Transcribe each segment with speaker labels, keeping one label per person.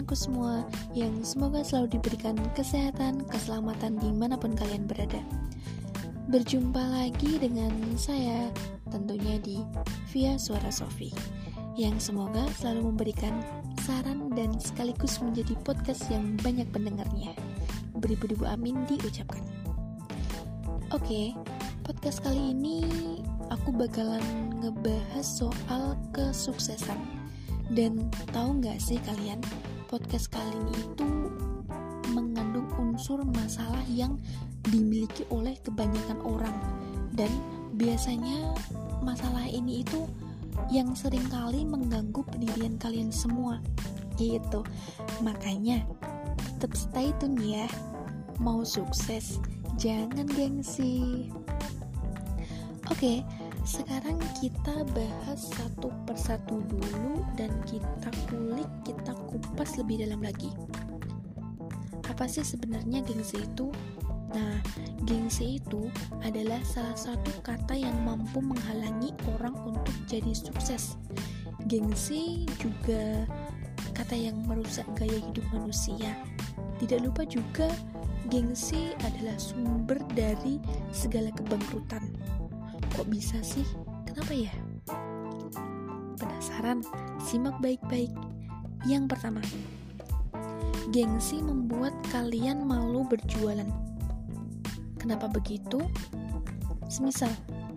Speaker 1: teman-temanku semua yang semoga selalu diberikan kesehatan, keselamatan dimanapun kalian berada. Berjumpa lagi dengan saya tentunya di Via Suara Sofi, yang semoga selalu memberikan saran dan sekaligus menjadi podcast yang banyak pendengarnya. Beribu-ribu amin diucapkan. Oke, podcast kali ini aku bakalan ngebahas soal kesuksesan. Dan tahu gak sih kalian, podcast kali ini itu mengandung unsur masalah yang dimiliki oleh kebanyakan orang. Dan biasanya masalah ini itu yang seringkali mengganggu pendirian kalian semua gitu. Makanya tetap stay tune ya. Mau sukses, jangan gengsi. Oke, sekarang kita bahas satu persatu dulu dan kita kulik, kita kupas lebih dalam lagi. Apa sih sebenarnya gengsi itu? Nah, gengsi itu adalah salah satu kata yang mampu menghalangi orang untuk jadi sukses. Gengsi juga kata yang merusak gaya hidup manusia. Tidak lupa juga, gengsi adalah sumber dari segala kebangkrutan. Kok bisa sih? Kenapa ya? Penasaran? Simak baik-baik. Yang pertama, gengsi membuat kalian malu berjualan. Kenapa begitu? Semisal,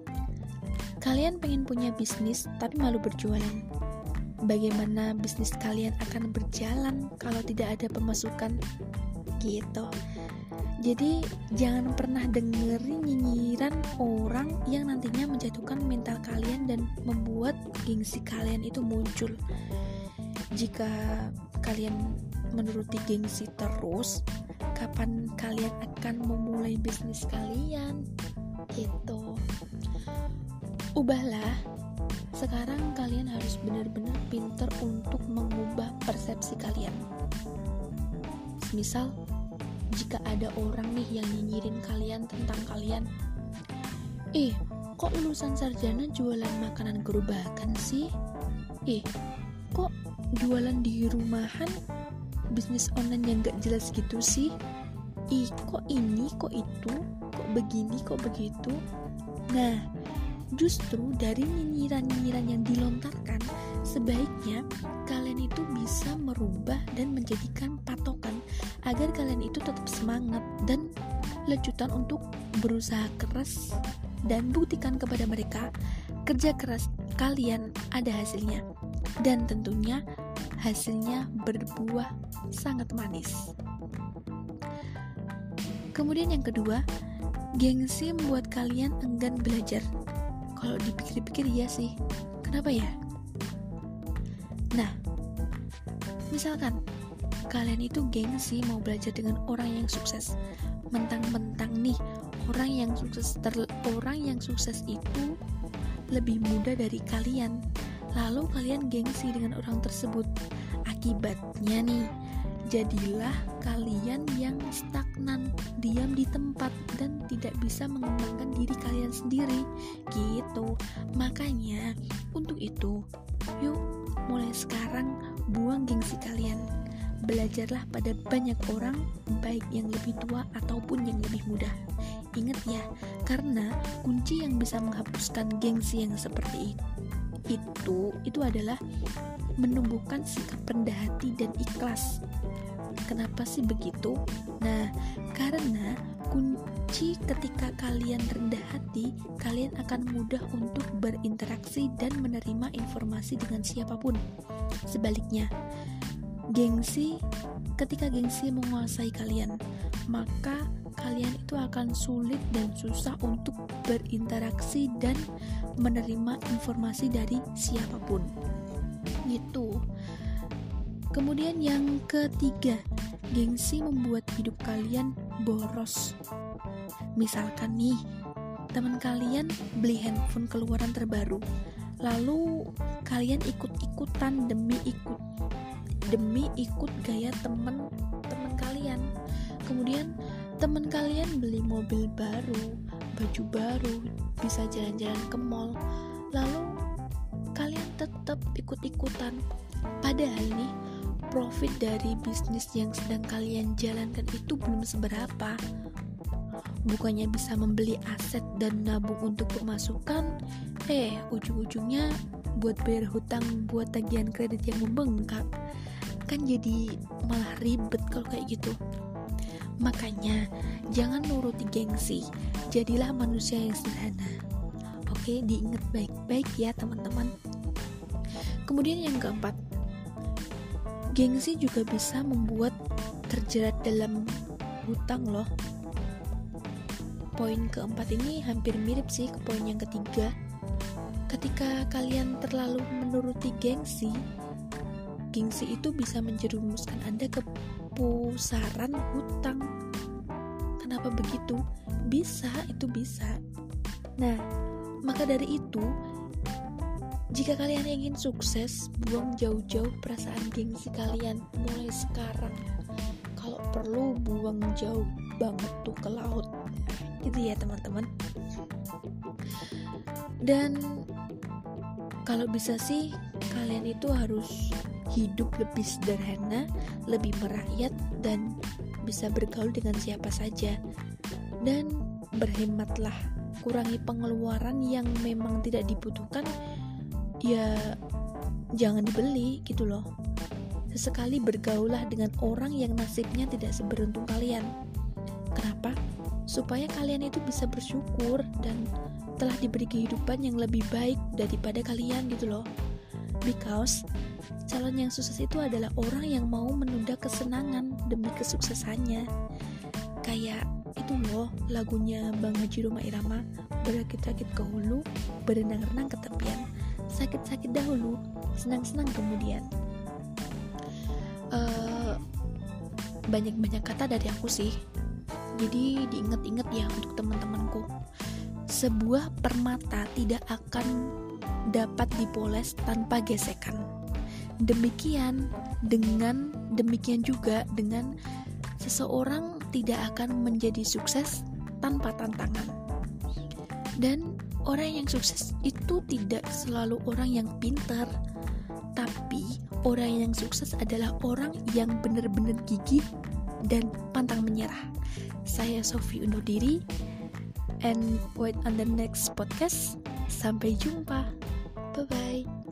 Speaker 1: kalian pengen punya bisnis tapi malu berjualan. Bagaimana bisnis kalian akan berjalan kalau tidak ada pemasukan? Gitu. Jadi jangan pernah dengerin nyinyiran orang yang nantinya menjatuhkan mental kalian dan membuat gengsi kalian itu muncul. Jika kalian menuruti gengsi terus, kapan kalian akan memulai bisnis kalian? Gitu. Ubahlah. Sekarang kalian harus benar-benar pintar untuk mengubah persepsi kalian. Misal, jika ada orang nih yang nyinyirin kalian tentang kalian, kok lulusan sarjana jualan makanan gerobakan sih? Kok jualan di rumahan, bisnis online yang gak jelas gitu sih? Kok ini, kok itu, kok begini, kok begitu? Nah, justru dari nyinyiran-nyinyiran yang dilontarkan, sebaiknya kalian itu bisa merubah dan menjadikan patokan agar kalian itu tetap semangat dan lecutan untuk berusaha keras dan buktikan kepada mereka kerja keras kalian ada hasilnya, dan tentunya hasilnya berbuah sangat manis. Kemudian yang kedua, gengsi membuat kalian enggan belajar. Kalau dipikir-pikir iya sih, kenapa ya? Nah, misalkan kalian itu gengsi mau belajar dengan orang yang sukses. Mentang-mentang nih orang yang sukses itu lebih muda dari kalian. Lalu kalian gengsi dengan orang tersebut. Akibatnya nih, jadilah kalian yang stagnan, diam di tempat dan tidak bisa mengembangkan diri kalian sendiri. Gitu. Makanya untuk itu, yuk mulai sekarang buang gengsi kalian. Belajarlah pada banyak orang, baik yang lebih tua ataupun yang lebih muda. Ingat ya, karena kunci yang bisa menghapuskan gengsi yang seperti itu adalah menumbuhkan sikap rendah hati dan ikhlas. Kenapa sih begitu? Nah, karena kunci ketika kalian rendah hati, kalian akan mudah untuk berinteraksi dan menerima informasi dengan siapapun. Sebaliknya, ketika gengsi menguasai kalian, maka kalian itu akan sulit dan susah untuk berinteraksi dan menerima informasi dari siapapun. Gitu. Kemudian yang ketiga, gengsi membuat hidup kalian boros. Misalkan nih, teman kalian beli handphone keluaran terbaru, lalu kalian ikut-ikutan demi ikut gaya teman kalian. Kemudian teman kalian beli mobil baru, baju baru, bisa jalan-jalan ke mall, lalu kalian tetap ikut-ikutan. Padahal nih, profit dari bisnis yang sedang kalian jalankan itu belum seberapa. Bukannya bisa membeli aset dan nabung untuk pemasukan, ujung-ujungnya buat bayar hutang buat tagihan kredit yang membengkak. Kan jadi malah ribet kalau kayak gitu. Makanya jangan nuruti gengsi, jadilah manusia yang sederhana. Oke, diingat baik-baik ya teman-teman. Kemudian yang keempat, gengsi juga bisa membuat terjerat dalam hutang loh. Poin keempat ini hampir mirip sih ke poin yang ketiga. Ketika kalian terlalu menuruti gengsi itu bisa menjerumuskan Anda ke pusaran hutang. Kenapa begitu? Itu bisa. Nah, maka dari itu, jika kalian ingin sukses, buang jauh-jauh perasaan gengsi kalian mulai sekarang. Kalau perlu buang jauh banget tuh ke laut. Gitu ya teman-teman. Dan kalau bisa sih kalian itu harus hidup lebih sederhana, lebih merakyat, dan bisa bergaul dengan siapa saja. Dan berhematlah, kurangi pengeluaran yang memang tidak dibutuhkan, ya jangan dibeli gitu loh. Sesekali bergaullah dengan orang yang nasibnya tidak seberuntung kalian. Kenapa? Supaya kalian itu bisa bersyukur dan telah diberi kehidupan yang lebih baik daripada kalian gitu loh. Because calon yang sukses itu adalah orang yang mau menunda kesenangan demi kesuksesannya. Kayak itu loh lagunya Bang Haji Rhoma Irama, berakit-rakit ke hulu, berenang-renang ke tepian, sakit-sakit dahulu, senang-senang kemudian. Banyak-banyak kata dari aku sih. Jadi diingat-ingat ya untuk teman-temanku. Sebuah permata tidak akan dapat dipoles tanpa gesekan. Demikian juga dengan seseorang tidak akan menjadi sukses tanpa tantangan. Dan orang yang sukses itu tidak selalu orang yang pintar, tapi orang yang sukses adalah orang yang benar-benar gigih dan pantang menyerah. Saya Sofi undur diri, and wait on the next podcast. Sampai jumpa. Bye-bye.